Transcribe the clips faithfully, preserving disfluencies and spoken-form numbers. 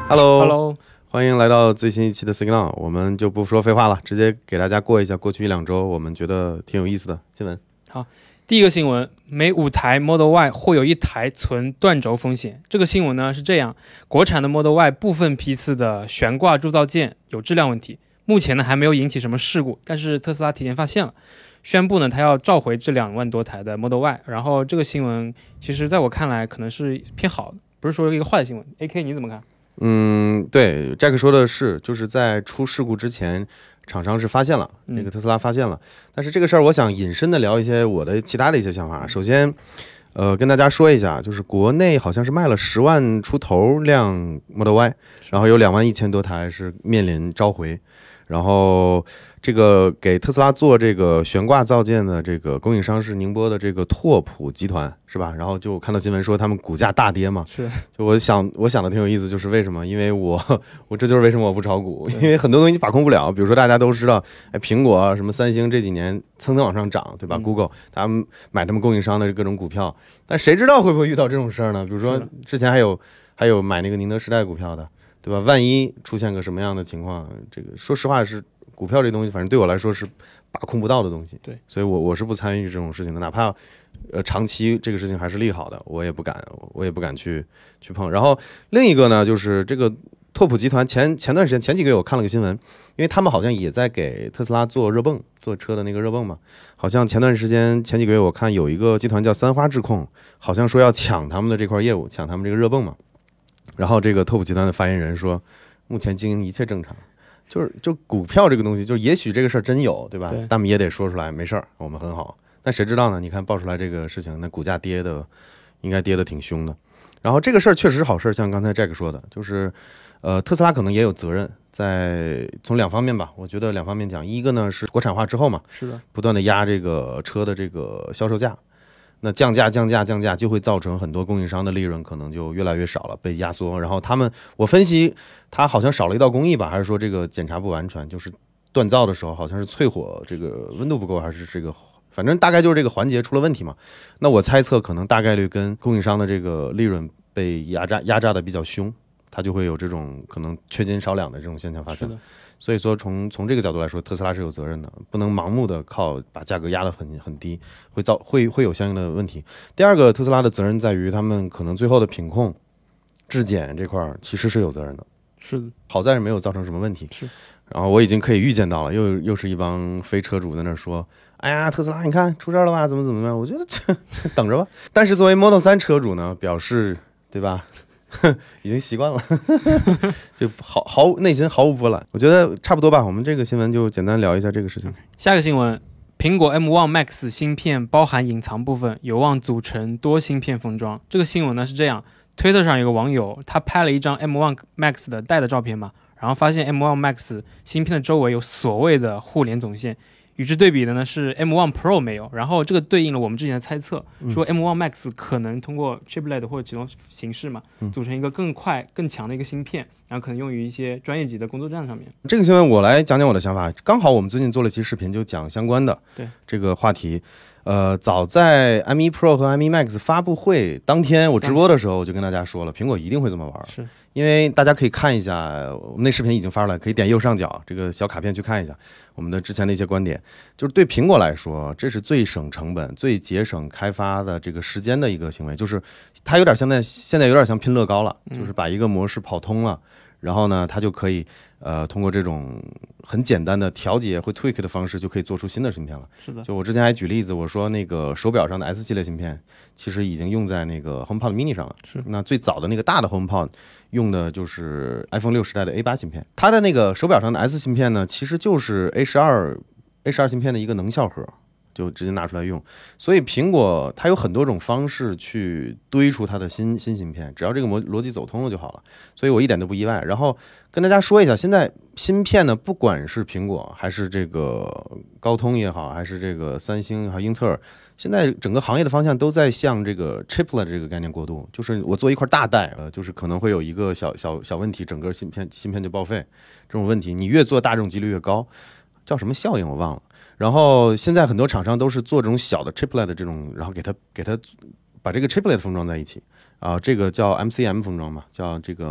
Hello， Hello， 欢迎来到最新一期的 Signal， 我们就不说废话了，直接给大家过一下过去一两周我们觉得挺有意思的新闻。 好，第一个新闻，每五台 Model Y 或有一台存断轴风险。这个新闻呢是这样，国产的 Model Y 部分批次的悬挂铸造件有质量问题，目前呢还没有引起什么事故，但是特斯拉提前发现了，宣布呢它要召回这两万多台的 Model Y。然后这个新闻其实在我看来可能是偏好的，不是说一个坏的新闻。A K 你怎么看？ 嗯，对 ，Jack 说的是，就是在出事故之前，厂商是发现了， 嗯、 那个特斯拉发现了。但是这个事儿，我想引申的聊一些我的其他的一些想法。首先，呃，跟大家说一下，就是国内好像是卖了十万出头辆 Model Y， 然后有两万一千多台是面临召回，然后这个给特斯拉做这个悬挂造件的这个供应商是宁波的这个拓普集团，是吧？然后就看到新闻说他们股价大跌嘛， 是。 就我想我想的挺有意思，就是为什么？因为我我这就是为什么我不炒股，因为很多东西你把控不了。比如说大家都知道，哎，苹果啊，什么三星这几年蹭蹭往上涨，对吧、嗯、？Google 他们买他们供应商的各种股票，但谁知道会不会遇到这种事儿呢？比如说之前还有还有买那个宁德时代股票的，对吧？万一出现个什么样的情况，这个说实话是。股票这东西，反正对我来说是把控不到的东西， 对， 所以我我是不参与这种事情的，哪怕呃长期这个事情还是利好的，我也不敢，我也不敢去去碰。然后另一个呢，就是这个拓普集团前前段时间前几个月我看了个新闻，因为他们好像也在给特斯拉做热泵，做车的那个热泵嘛，好像前段时间前几个月我看有一个集团叫三花智控，好像说要抢他们的这块业务，抢他们这个热泵嘛，然后这个拓普集团的发言人说，目前经营一切正常。就是就股票这个东西，就也许这个事儿真有，对吧？ 对， 但我们也得说出来，没事儿，我们很好。但谁知道呢？你看爆出来这个事情，那股价跌的应该跌的挺凶的。然后这个事儿确实是好事，像刚才 Jack 说的，就是呃特斯拉可能也有责任，在从两方面吧，我觉得两方面讲，一个呢是国产化之后嘛， 是的， 不断的压这个车的这个销售价。那降价降价降价就会造成很多供应商的利润可能就越来越少了，被压缩。然后他们，我分析他好像少了一道工艺吧，还是说这个检查不完全，就是锻造的时候好像是淬火这个温度不够，还是这个反正大概就是这个环节出了问题嘛。那我猜测可能大概率跟供应商的这个利润被压榨压榨的比较凶，它就会有这种可能缺斤少两的这种现象发生。所以说从从这个角度来说，特斯拉是有责任的，不能盲目的靠把价格压得很很低，会造会会有相应的问题。第二个，特斯拉的责任在于他们可能最后的品控、质检这块其实是有责任的。 是的， 好在是没有造成什么问题。 是， 然后我已经可以预见到了，又又是一帮非车主在那说，哎呀，特斯拉你看出事了吧？怎么怎么样？我觉得这等着吧。但是作为 Model 三车主呢，表示对吧？已经习惯了，就毫毫内心毫无波澜。我觉得差不多吧，我们这个新闻就简单聊一下这个事情。 下一个新闻，苹果 M 一 Max 芯片包含隐藏部分，有望组成多芯片封装。这个新闻呢是这样，推特上有个网友他拍了一张 M 一 Max 的带的照片嘛，然后发现 M 一 Max 芯片的周围有所谓的互联总线。与之对比的呢是 M 一 Pro 没有，然后这个对应了我们之前的猜测，说 M 一 Max 可能通过 chiplet 或者几种形式嘛，组成一个更快更强的一个芯片，然后可能用于一些专业级的工作站上面。 这个新闻我来讲讲我的想法，刚好我们最近做了一期视频就讲相关的这个话题。呃，早在 M 一 Pro 和 M 一 Max 发布会当天，我直播的时候我就跟大家说了，苹果一定会这么玩， 是因为大家可以看一下，我们那视频已经发出来，可以点右上角这个小卡片去看一下我们的之前的一些观点。就是对苹果来说，这是最省成本、最节省开发的这个时间的一个行为，就是它有点现在现在有点像拼乐高了，就是把一个模式跑通了，然后呢，它就可以呃通过这种很简单的调节会 tweak 的方式，就可以做出新的芯片了。 是的， 就我之前还举例子，我说那个手表上的 S 系列芯片，其实已经用在那个 HomePod Mini 上了。 是， 那最早的那个大的 HomePod 用的就是 iPhone 六时代的 A 八芯片，它的那个手表上的 S 芯片呢，其实就是 A 十二 A 十二芯片的一个能效核。就直接拿出来用，所以苹果它有很多种方式去堆出它的新新芯片，只要这个逻逻辑走通了就好了，所以我一点都不意外。然后跟大家说一下，现在芯片呢，不管是苹果还是这个高通也好，还是这个三星和英特尔，现在整个行业的方向都在向这个 chiplet 这个概念过渡，就是我做一块大带，呃，就是可能会有一个小小小问题，整个芯片芯片就报废，这种问题你越做大，这种几率越高，叫什么效应我忘了。然后现在很多厂商都是做这种小的 chiplet 的这种，然后给它给它把这个 chiplet 封装在一起啊，这个叫 M C M 封装嘛，叫这个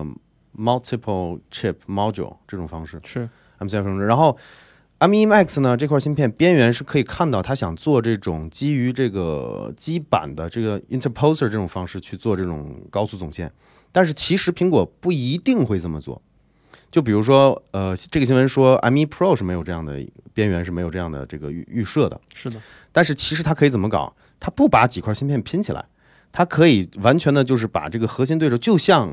multiple chip module 这种方式， 是 M C I 方式。然后 M 一 Max 呢这块芯片边缘是可以看到，它想做这种基于这个基板的这个 interposer 这种方式去做这种高速总线，但是其实苹果不一定会这么做。就比如说，呃，这个新闻说 M 一 Pro 是没有这样的边缘，是没有这样的这个预预设的。 是的， 但是其实它可以怎么搞？它不把几块芯片拼起来，它可以完全的就是把这个核心对手，就像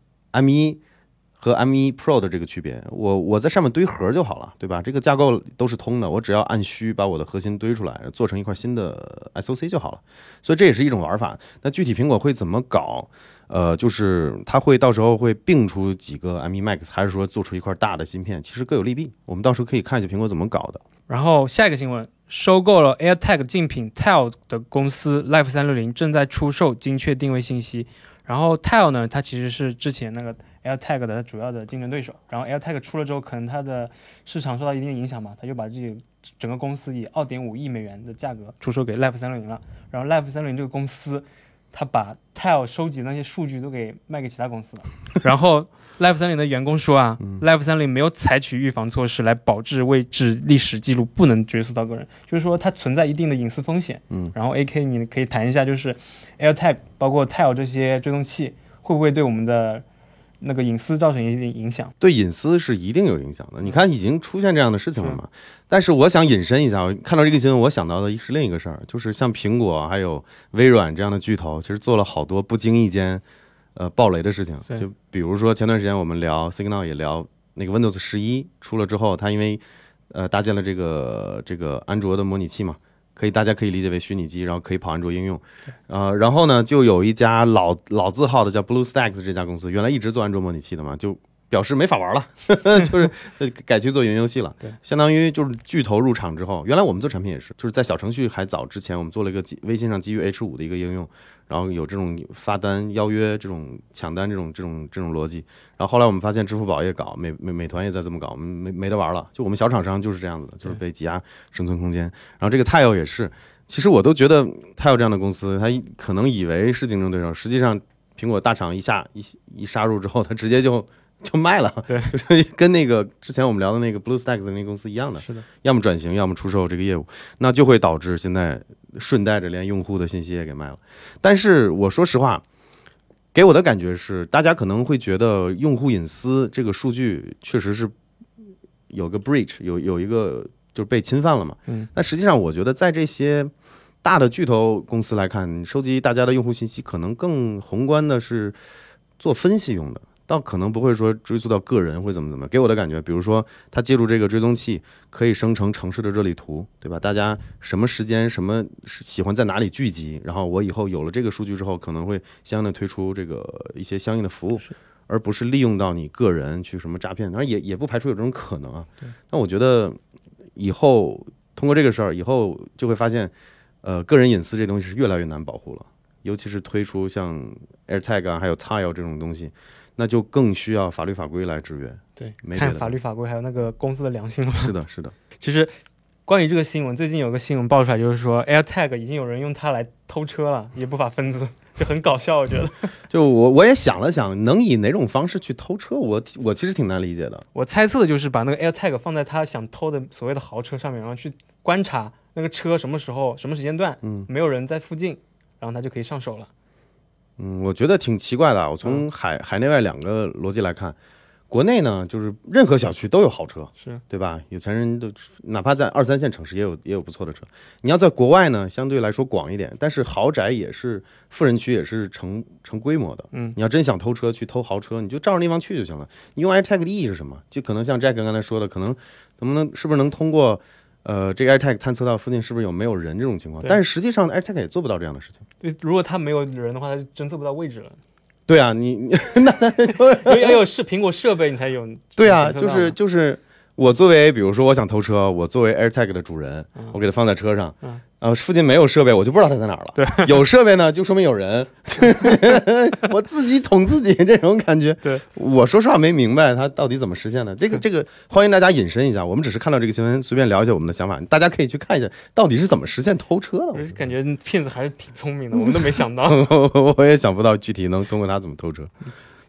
M 一 和 M 一 Pro 的这个区别，我我在上面堆核就好了，对吧？这个架构都是通的，我只要按需把我的核心堆出来，做成一块新的 S O C 就好了。所以这也是一种玩法。那具体苹果会怎么搞？呃，就是它会到时候会并出几个 M 一 Max， 还是说做出一块大的芯片？其实各有利弊，我们到时候可以看一下苹果怎么搞的。 然后下一个新闻，收购了 AirTag 竞品 Tile 的公司 Life 三六零正在出售精确定位信息。然后 Tile 呢，它其实是之前那个 AirTag 的主要的竞争对手。然后 AirTag 出了之后，可能它的市场受到一定影响吧，它就把自己整个公司以 二点五亿美元的价格出售给 Life 三六零了。然后 Life 三六零这个公司，他把 Tile 收集的那些数据都给卖给其他公司了。然后 Life 三六零的员工说啊、嗯、，Life 三六零没有采取预防措施来保质位置历史记录不能追溯到个人，就是说它存在一定的隐私风险。嗯，然后 A K 你可以谈一下，就是 AirTag 包括 Tile 这些追踪器会不会对我们的那个隐私造成一定影响？ 对隐私是一定有影响的。你看已经出现这样的事情了嘛？但是我想引申一下，我看到这个新闻，我想到的是另一个事儿，就是像苹果还有微软这样的巨头，其实做了好多不经意间呃爆雷的事情。就比如说前段时间我们聊 Signal 也聊那个 Windows 十一出了之后，它因为呃搭建了这个这个安卓的模拟器嘛。可以，大家可以理解为虚拟机，然后可以跑安卓应用，呃，然后呢，就有一家老老字号的叫 BlueStacks 这家公司，原来一直做安卓模拟器的嘛，就表示没法玩了，就是改去做云游戏了。对，相当于就是巨头入场之后，原来我们做产品也是，就是在小程序还早之前，我们做了一个微信上基于 H 五 的一个应用，然后有这种发单、邀约、这种抢单这种这种这种逻辑。然后后来我们发现支付宝也搞，美美美团也在这么搞，没没得玩了。就我们小厂商就是这样子的，就是被挤压生存空间。然后这个 Tile 也是，其实我都觉得 Tile 这样的公司，他可能以为是竞争对手，实际上苹果大厂一下一一杀入之后，他直接就。就卖了， 对， 就是跟那个之前我们聊的那个 BlueStacks 的那个公司一样的， 是的， 要么转型，要么出售这个业务，那就会导致现在顺带着连用户的信息也给卖了。但是我说实话，给我的感觉是，大家可能会觉得用户隐私这个数据确实是有个 breach， 有有一个就是被侵犯了嘛。嗯，但实际上我觉得在这些大的巨头公司来看，收集大家的用户信息，可能更宏观的是做分析用的。倒可能不会说追溯到个人会怎么怎么，给我的感觉，比如说他借助这个追踪器可以生成城市的热力图，对吧？大家什么时间什么喜欢在哪里聚集，然后我以后有了这个数据之后，可能会相应的推出这个一些相应的服务，而不是利用到你个人去什么诈骗，当然也也不排除有这种可能啊。那我觉得以后通过这个事儿，以后就会发现，呃，个人隐私这东西是越来越难保护了，尤其是推出像 AirTag 啊，还有 Tile 这种东西。那就更需要法律法规来制约。 对，看法律法规还有那个公司的良心了。 是的，是的。 其实关于这个新闻，最近有个新闻爆出来，就是说 AirTag 已经有人用它来偷车了，也不法分子，就很搞笑，我觉得。 就我我也想了想，能以哪种方式去偷车，我我其实挺难理解的。 我猜测的就是把那个 AirTag 放在他想偷的所谓的豪车上面，然后去观察那个车什么时候、什么时间段，嗯，没有人在附近，然后他就可以上手了。 嗯，我觉得挺奇怪的。我从海、嗯、海内外两个逻辑来看，国内呢，就是任何小区都有豪车， 是对吧？有钱人都哪怕在二三线城市也有也有不错的车。你要在国外呢，相对来说广一点，但是豪宅也是富人区也是成成规模的。嗯，你要真想偷车去偷豪车，你就照着地方去就行了。你用 AirTag 的意义是什么？就可能像 Jack 刚才说的，可能能不能是不是能通过。呃，这个 AirTag 探测到附近是不是有没有人这种情况？但是实际上 AirTag 也做不到这样的事情。 对，如果它没有人的话，它就侦测不到位置了。 对啊，你你那那就因为要有是苹果设备你才有。 对啊，就是就是我作为比如说我想偷车，我作为 AirTag 的主人，嗯、我给它放在车上，嗯，呃，附近没有设备，我就不知道它在哪儿了。 对， 有设备呢，就说明有人。我自己捅自己这种感觉。 对， 我说实话没明白它到底怎么实现的。这个这个，欢迎大家引申一下。我们只是看到这个新闻，随便聊一下我们的想法，大家可以去看一下到底是怎么实现偷车的。 我感觉骗子还是挺聪明的，我们都没想到。 我也想不到具体能通过它怎么偷车。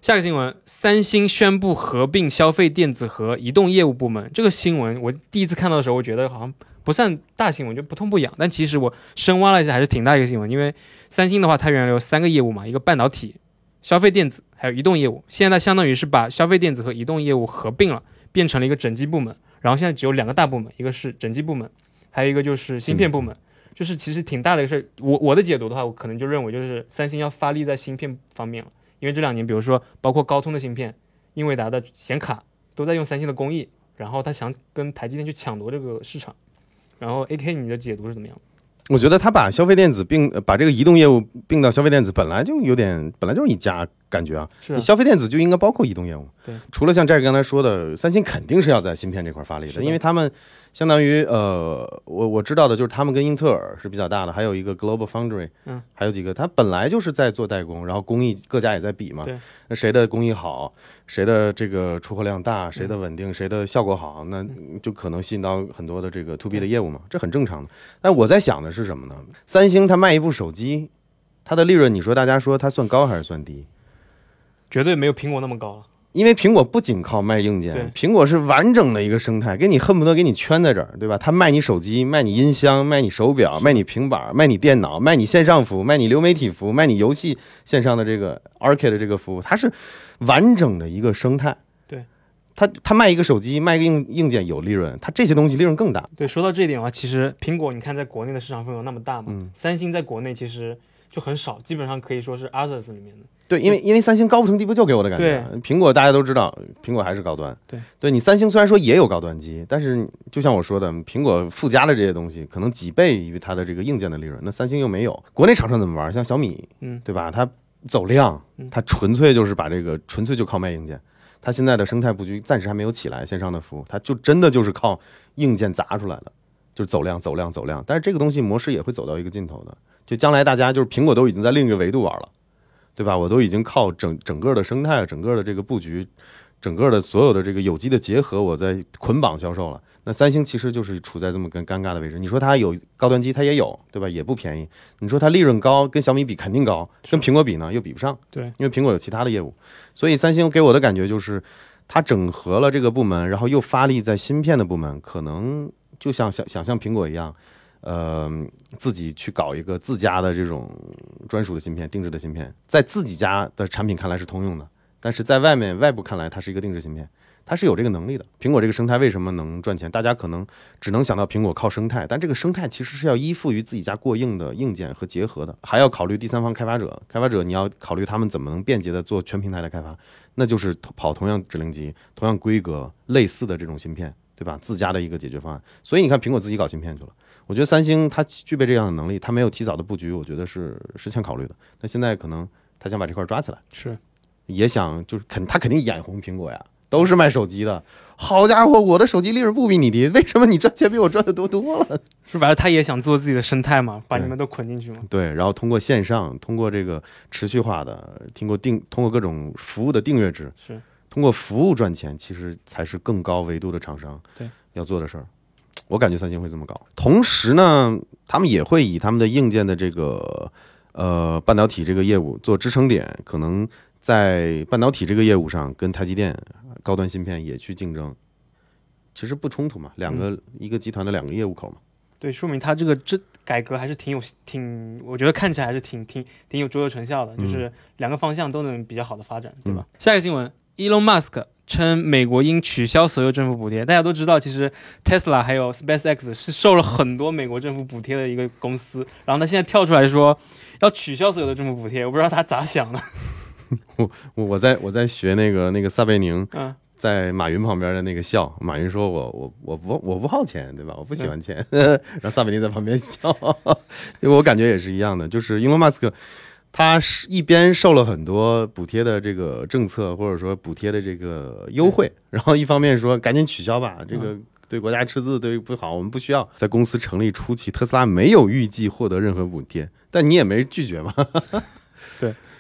下个新闻，三星宣布合并消费电子和移动业务部门。这个新闻我第一次看到的时候，我觉得好像不算大新闻，就不痛不痒。但其实我深挖了一下，还是挺大一个新闻。因为三星的话，它原来有三个业务嘛，一个半导体、消费电子还有移动业务。现在它相当于是把消费电子和移动业务合并了，变成了一个整机部门。然后现在只有两个大部门，一个是整机部门，还有一个就是芯片部门。就是其实挺大的一个事。我我的解读的话，我可能就认为就是三星要发力在芯片方面了。因为这两年，比如说包括高通的芯片、英伟达的显卡都在用三星的工艺，然后他想跟台积电去抢夺这个市场。然后 A K 你的解读是怎么样？ 我觉得他把消费电子并把这个移动业务并到消费电子，本来就有点，本来就是一家感觉啊。 是啊， 你消费电子就应该包括移动业务。 对， 除了像这刚才说的，三星肯定是要在芯片这块发力的， 的因为他们相当于呃，我我知道的就是他们跟英特尔是比较大的，还有一个 Global Foundry， 嗯， 还有几个，他本来就是在做代工，然后工艺各家也在比嘛。 对， 那谁的工艺好，谁的这个出货量大，谁的稳定，嗯、谁的效果好，那就可能吸引到很多的这个 to B 的业务嘛，这很正常的。但我在想的是什么呢？三星它卖一部手机，它的利润，你说大家说它算高还是算低？ 绝对没有苹果那么高了。 因为苹果不仅靠卖硬件，苹果是完整的一个生态，给你恨不得给你圈在这儿，对吧？它卖你手机，卖你音箱，卖你手表，卖你平板，卖你电脑，卖你线上服务，卖你流媒体服务，卖你游戏线上的这个 arcade 的这个服务，它是完整的一个生态。 对， 它它卖一个手机，卖一个硬硬件有利润，它这些东西利润更大。 对，说到这一点的话，其实苹果你看在国内的市场份额那么大嘛，嗯、三星在国内其实就很少，基本上可以说是 others 里面的。 对，因为因为三星高不成低不就给我的感觉。苹果大家都知道，苹果还是高端。 对， 对你三星虽然说也有高端机，但是就像我说的，苹果附加的这些东西可能几倍于它的这个硬件的利润，那三星又没有。国内厂商怎么玩？像小米，嗯，对吧？它走量，它纯粹就是把这个纯粹就靠卖硬件。它现在的生态布局暂时还没有起来，线上的服务，它就真的就是靠硬件砸出来的，就是走量、走量、走量。但是这个东西模式也会走到一个尽头的，就将来大家就是苹果都已经在另一个维度玩了。对吧？我都已经靠整整个的生态、整个的这个布局、整个的所有的这个有机的结合，我在捆绑销售了。那三星其实就是处在这么个尴尬的位置。你说它有高端机，它也有，对吧？也不便宜。你说它利润高，跟小米比肯定高，跟苹果比呢又比不上。 对， 因为苹果有其他的业务，所以三星给我的感觉就是，它整合了这个部门，然后又发力在芯片的部门，可能就像想想像苹果一样。呃，自己去搞一个自家的这种专属的芯片、定制的芯片，在自己家的产品看来是通用的，但是在外面外部看来，它是一个定制芯片，它是有这个能力的。苹果这个生态为什么能赚钱？大家可能只能想到苹果靠生态，但这个生态其实是要依附于自己家过硬的硬件和结合的，还要考虑第三方开发者。开发者你要考虑他们怎么能便捷的做全平台的开发，那就是跑同样指令集、同样规格、类似的这种芯片，对吧？自家的一个解决方案。所以你看，苹果自己搞芯片去了。我觉得三星它具备这样的能力，它没有提早的布局，我觉得是是欠考虑的。那现在可能他想把这块抓起来， 是也想就是肯他肯定眼红苹果呀，都是卖手机的，好家伙，我的手机利润不比你低，为什么你赚钱比我赚的多多了？ 说白了，他也想做自己的生态嘛，把你们都捆进去嘛。 对，然后通过线上，通过这个持续化的，通过定，通过各种服务的订阅制， 是通过服务赚钱，其实才是更高维度的厂商对要做的事儿。我感觉三星会这么搞，同时呢，他们也会以他们的硬件的这个呃半导体这个业务做支撑点，可能在半导体这个业务上跟台积电高端芯片也去竞争，其实不冲突嘛，两个、嗯、一个集团的两个业务口嘛。 对，说明他这个这改革还是挺有挺，我觉得看起来还是挺挺挺有卓有成效的，就是两个方向都能比较好的发展，对吧？嗯、下一个新闻 ，Elon Musk。称美国应取消所有政府补贴。大家都知道，其实 Tesla 还有 SpaceX 是受了很多美国政府补贴的一个公司，然后他现在跳出来说要取消所有的政府补贴，我不知道他咋想的。 我我在我在学那个那个撒贝宁，嗯，在马云旁边的那个笑，马云说我我我不我不好钱，对吧？我不喜欢钱，嗯、然后撒贝宁在旁边笑，我感觉也是一样的，就是伊隆马斯克。他是一边受了很多补贴的这个政策，或者说补贴的这个优惠，然后一方面说赶紧取消吧，这个对国家赤字对不好，我们不需要。在公司成立初期，特斯拉没有预计获得任何补贴，但你也没拒绝嘛。 对，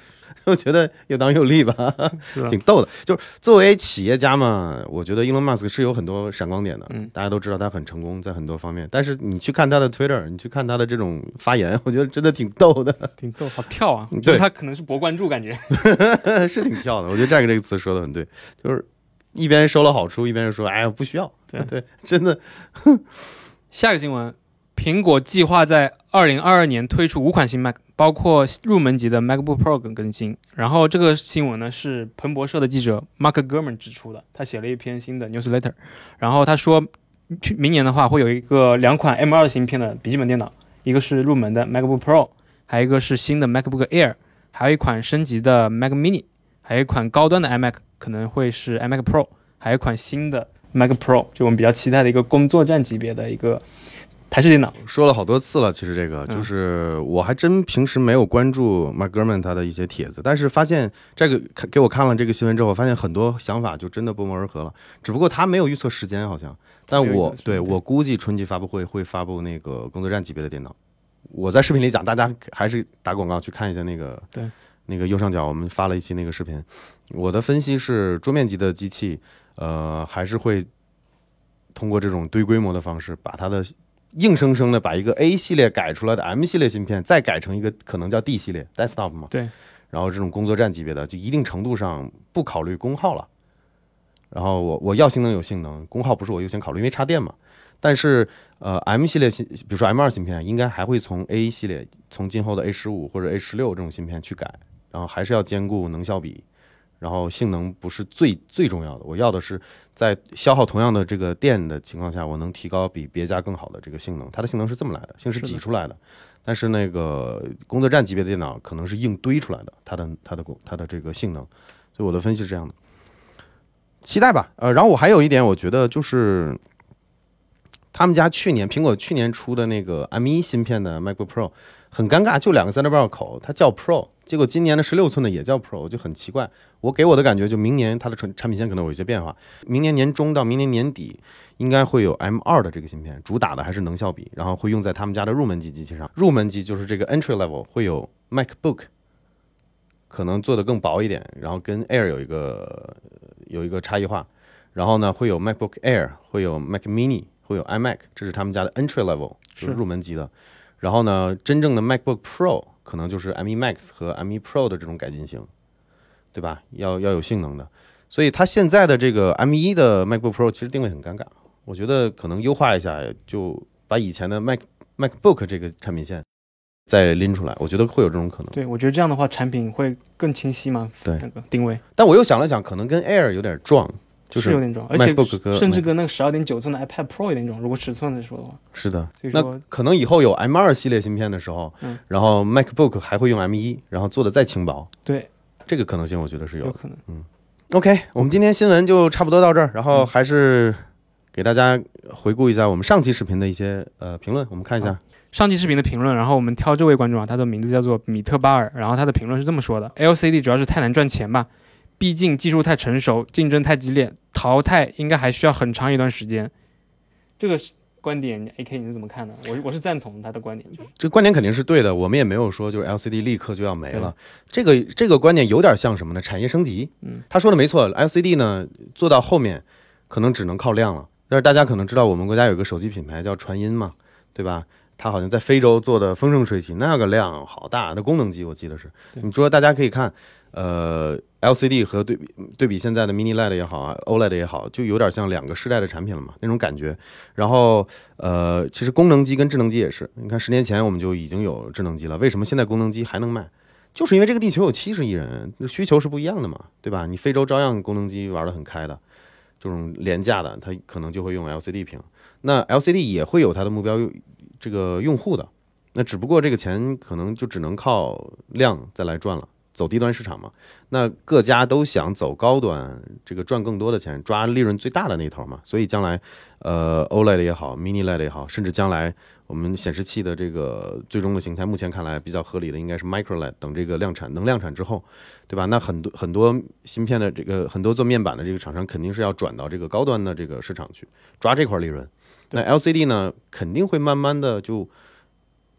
我觉得有当有利吧，挺逗的。就是作为企业家嘛，我觉得 Elon Musk 是有很多闪光点的， 嗯， 大家都知道他很成功在很多方面，但是你去看他的 Twitter， 你去看他的这种发言，我觉得真的挺逗的， 挺逗，好跳啊！ 对， 他可能是博关注，感觉是挺跳的。我觉得这个这个词说的很对，就是一边收了好处，一边说哎呀不需要， 对对，真的。 下一个新闻，苹果计划在二零二二年推出五款新 Mac， 包括入门级的 MacBook Pro 更更新。然后这个新闻呢是彭博社的记者 Mark Gurman 指出的，他写了一篇新的 newsletter， 然后他说明年的话会有一个两款 M 二 芯片的笔记本电脑，一个是入门的 MacBook Pro， 还有一个是新的 MacBook Air， 还有一款升级的 Mac Mini， 还有一款高端的 iMac 可能会是 iMac Pro， 还有一款新的 Mac Pro， 就我们比较期待的一个工作站级别的一个台式电脑。 说了好多次了，其实这个就是我还真平时没有关注 Mark Gurman 他的一些帖子，但是发现这个给我看了这个新闻之后，发现很多想法就真的不谋而合了。只不过他没有预测时间好像，但我对我估计春季发布会会发布那个工作站级别的电脑。我在视频里讲，大家还是打广告去看一下那个对那个右上角我们发了一期那个视频。我的分析是桌面级的机器，呃，还是会通过这种堆规模的方式把它的硬生生的把一个 A 系列改出来的 M 系列芯片再改成一个可能叫 D 系列 desktop 嘛， 对， 然后这种工作站级别的就一定程度上不考虑功耗了，然后我我要性能有性能，功耗不是我优先考虑，因为插电嘛。但是呃 M 系列芯，比如说 M 二 芯片应该还会从 A 系列，从今后的 A 十五或者 A 十六这种芯片去改，然后还是要兼顾能效比，然后性能不是最最重要的，我要的是在消耗同样的这个电的情况下，我能提高比别家更好的这个性能。它的性能是这么来的，性是挤出来的，但是那个工作站级别的电脑可能是硬堆出来的，它的它的它的这个性能。所以我的分析是这样的，期待吧。呃，然后我还有一点，我觉得就是他们家去年苹果去年出的那个 M 一 芯片的 MacBook Pro 很尴尬，就两个三点八口，它叫 Pro， 结果今年的十六寸的也叫 Pro， 就很奇怪。我给我的感觉，就明年它的产品线可能有一些变化，明年年中到明年年底应该会有 M 二 的这个芯片，主打的还是能效比，然后会用在他们家的入门级机器上。入门级就是这个 entry level 会有 MacBook， 可能做的更薄一点，然后跟 Air 有一个有一个差异化，然后呢会有 MacBook Air， 会有 Mac Mini， 会有 iMac， 这是他们家的 entry level， 就是入门级的。然后呢，真正的 MacBook Pro 可能就是 M 一 Max 和 M 一 Pro 的这种改进型，对吧？要要有性能的，所以它现在的这个 M 一 的 MacBook Pro 其实定位很尴尬，我觉得可能优化一下，就把以前的 Mac MacBook 这个产品线再拎出来，我觉得会有这种可能。 对，我觉得这样的话产品会更清晰嘛， 对那个定位。 但我又想了想，可能跟 Air 有点撞。就是有点重，而且 MacBook 甚至跟那个十二点九寸的 iPad Pro 有点重。如果尺寸来说的话， 是的。 所以说那可能以后有 M 二 系列芯片的时候，嗯，然后 MacBook 还会用 M 一，然后做的再轻薄。 对， 这个可能性我觉得是有的， 有可能。 嗯 ，OK， 我们今天新闻就差不多到这儿，然后还是给大家回顾一下我们上期视频的一些呃评论，我们看一下。 上期视频的评论，然后我们挑这位观众啊，他的名字叫做米特巴尔，然后他的评论是这么说的 ：L C D 主要是太难赚钱吧。毕竟技术太成熟，竞争太激烈，淘汰应该还需要很长一段时间。这个观点 A K 你是怎么看的？我我是赞同他的观点。 这个观点肯定是对的，我们也没有说就是 L C D 立刻就要没了。这个这个观点有点像什么呢？产业升级。嗯，他说的没错 ，L C D 呢做到后面可能只能靠量了。但是大家可能知道我们国家有个手机品牌叫传音嘛，对吧？它好像在非洲做的风生水起，那个量好大，那功能机我记得是。你说大家可以看。呃 ，L C D 和对比对比现在的 Mini L E D 也好啊 ，O L E D 也好，就有点像两个世代的产品了嘛，那种感觉。然后呃，其实功能机跟智能机也是，你看十年前我们就已经有智能机了，为什么现在功能机还能卖？就是因为这个地球有七十亿人，需求是不一样的嘛，对吧？你非洲照样功能机玩得很开的，这种廉价的，它可能就会用 L C D 屏。那 L C D 也会有它的目标这个用户的，那只不过这个钱可能就只能靠量再来赚了。走低端市场嘛，那各家都想走高端，这个赚更多的钱，抓利润最大的那头嘛。所以将来，呃 ，O L E D 也好 ，Mini L E D 也好，甚至将来我们显示器的这个最终的形态，目前看来比较合理的应该是 Micro L E D。等这个量产能量产之后，对吧？那很多很多芯片的这个很多做面板的这个厂商肯定是要转到这个高端的这个市场去抓这块利润。那 L C D 呢，肯定会慢慢的就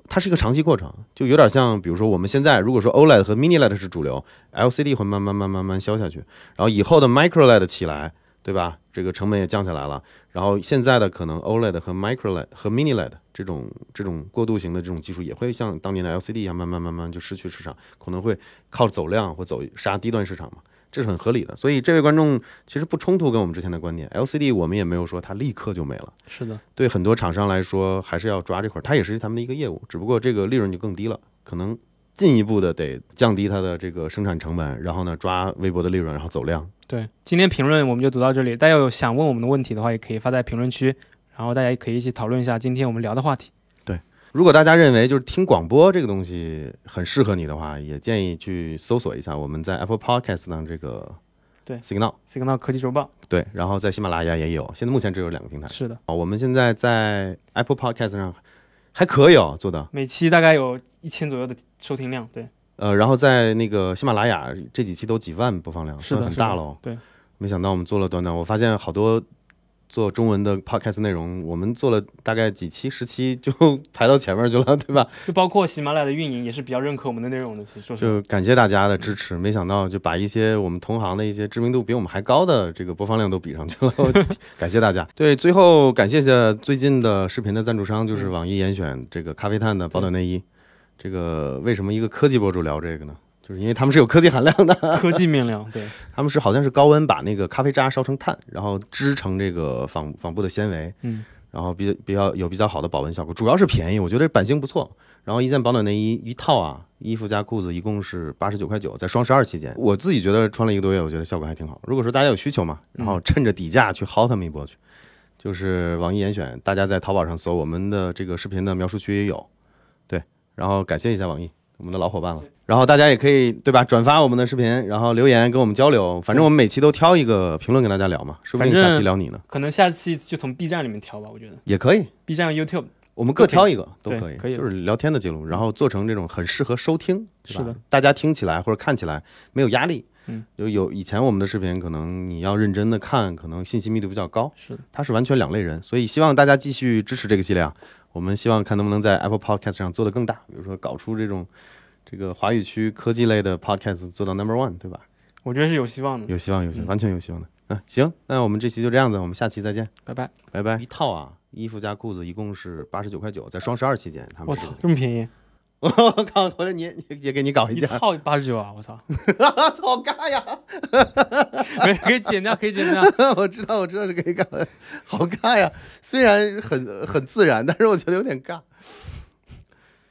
它是一个长期过程，就有点像，比如说我们现在如果说 O L E D 和 Mini L E D 是主流 ，L C D 会慢慢慢慢慢消下去，然后以后的 Micro L E D 起来，对吧？这个成本也降下来了，然后现在的可能 O L E D 和 Micro L E D 和 Mini L E D 这种这种过渡型的这种技术也会像当年的 L C D 一样，慢慢慢慢就失去市场，可能会靠走量或走杀低端市场嘛。这是很合理的，所以这位观众其实不冲突跟我们之前的观点。L C D 我们也没有说它立刻就没了， 是的， 对很多厂商来说还是要抓这块，它也是他们的一个业务，只不过这个利润就更低了，可能进一步的得降低它的这个生产成本，然后呢抓微薄的利润，然后走量。 对，今天评论我们就读到这里，大家有想问我们的问题的话，也可以发在评论区，然后大家也可以一起讨论一下今天我们聊的话题。 如果大家认为就是听广播这个东西很适合你的话，也建议去搜索一下我们在 Apple Podcast 上这个对 Signal Signal 科技周报， 对，然后在喜马拉雅也有，现在目前只有两个平台。 是的， 我们现在在 Apple Podcast 上还可以哦，做的每期大概有一千左右的收听量，对， 呃，然后在那个喜马拉雅这几期都几万播放量， 是的， 算很大喽。 对， 没想到我们做了短短，我发现好多做中文的 podcast 内容，我们做了大概几期、十期就排到前面去了，对吧？ 就包括喜马拉雅的运营也是比较认可我们的内容的，其实说实话就感谢大家的支持，没想到就把一些我们同行的一些知名度比我们还高的这个播放量都比上去了，感谢大家。对，最后感谢一下最近的视频的赞助商，就是网易严选这个咖啡炭的保暖内衣。这个为什么一个科技博主聊这个呢？就是因为他们是有科技含量的， 科技面料，对， 他们是好像是高温把那个咖啡渣烧成碳，然后织成这个纺纺布的纤维， 嗯， 然后比比较有比较好的保温效果，主要是便宜，我觉得版型不错。然后一件保暖内衣一套啊，衣服加裤子一共是八十九块九，在双十二期间，我自己觉得穿了一个多月，我觉得效果还挺好。如果说大家有需求嘛，然后趁着底价去薅他们一波去，就是网易严选，大家在淘宝上搜，我们的这个视频的描述区也有，对，然后感谢一下网易。我们的老伙伴了，然后大家也可以对吧？转发我们的视频，然后留言跟我们交流。反正我们每期都挑一个评论跟大家聊嘛，说不定下期聊你呢。 可能下期就从 B 站里面挑吧，我觉得也可以。 B 站、YouTube， 我们各挑一个都可以， 可以， 就是聊天的记录，然后做成这种很适合收听， 是的， 大家听起来或者看起来没有压力。 嗯， 就有以前我们的视频，可能你要认真的看，可能信息密度比较高。 是的， 它是完全两类人，所以希望大家继续支持这个系列啊。我们希望看能不能在 Apple Podcast 上做得更大，比如说搞出这种。这个华语区科技类的 podcast 做到 number one， 对吧？ 我觉得是有希望的， 有希望，有希望，完全有希望的。嗯，行，那我们这期就这样子，我们下期再见， 拜拜， 拜拜。一套啊，衣服加裤子一共是八十九块九，在双十二期间，他们我操，这么便宜！ 我靠，回来你也也给你搞一件， 一套八十九啊！我操， 操尬呀！ 没可以剪掉，可以剪掉。 我知道，我知道是可以尬的，好尬呀！虽然很很自然，但是我觉得有点尬。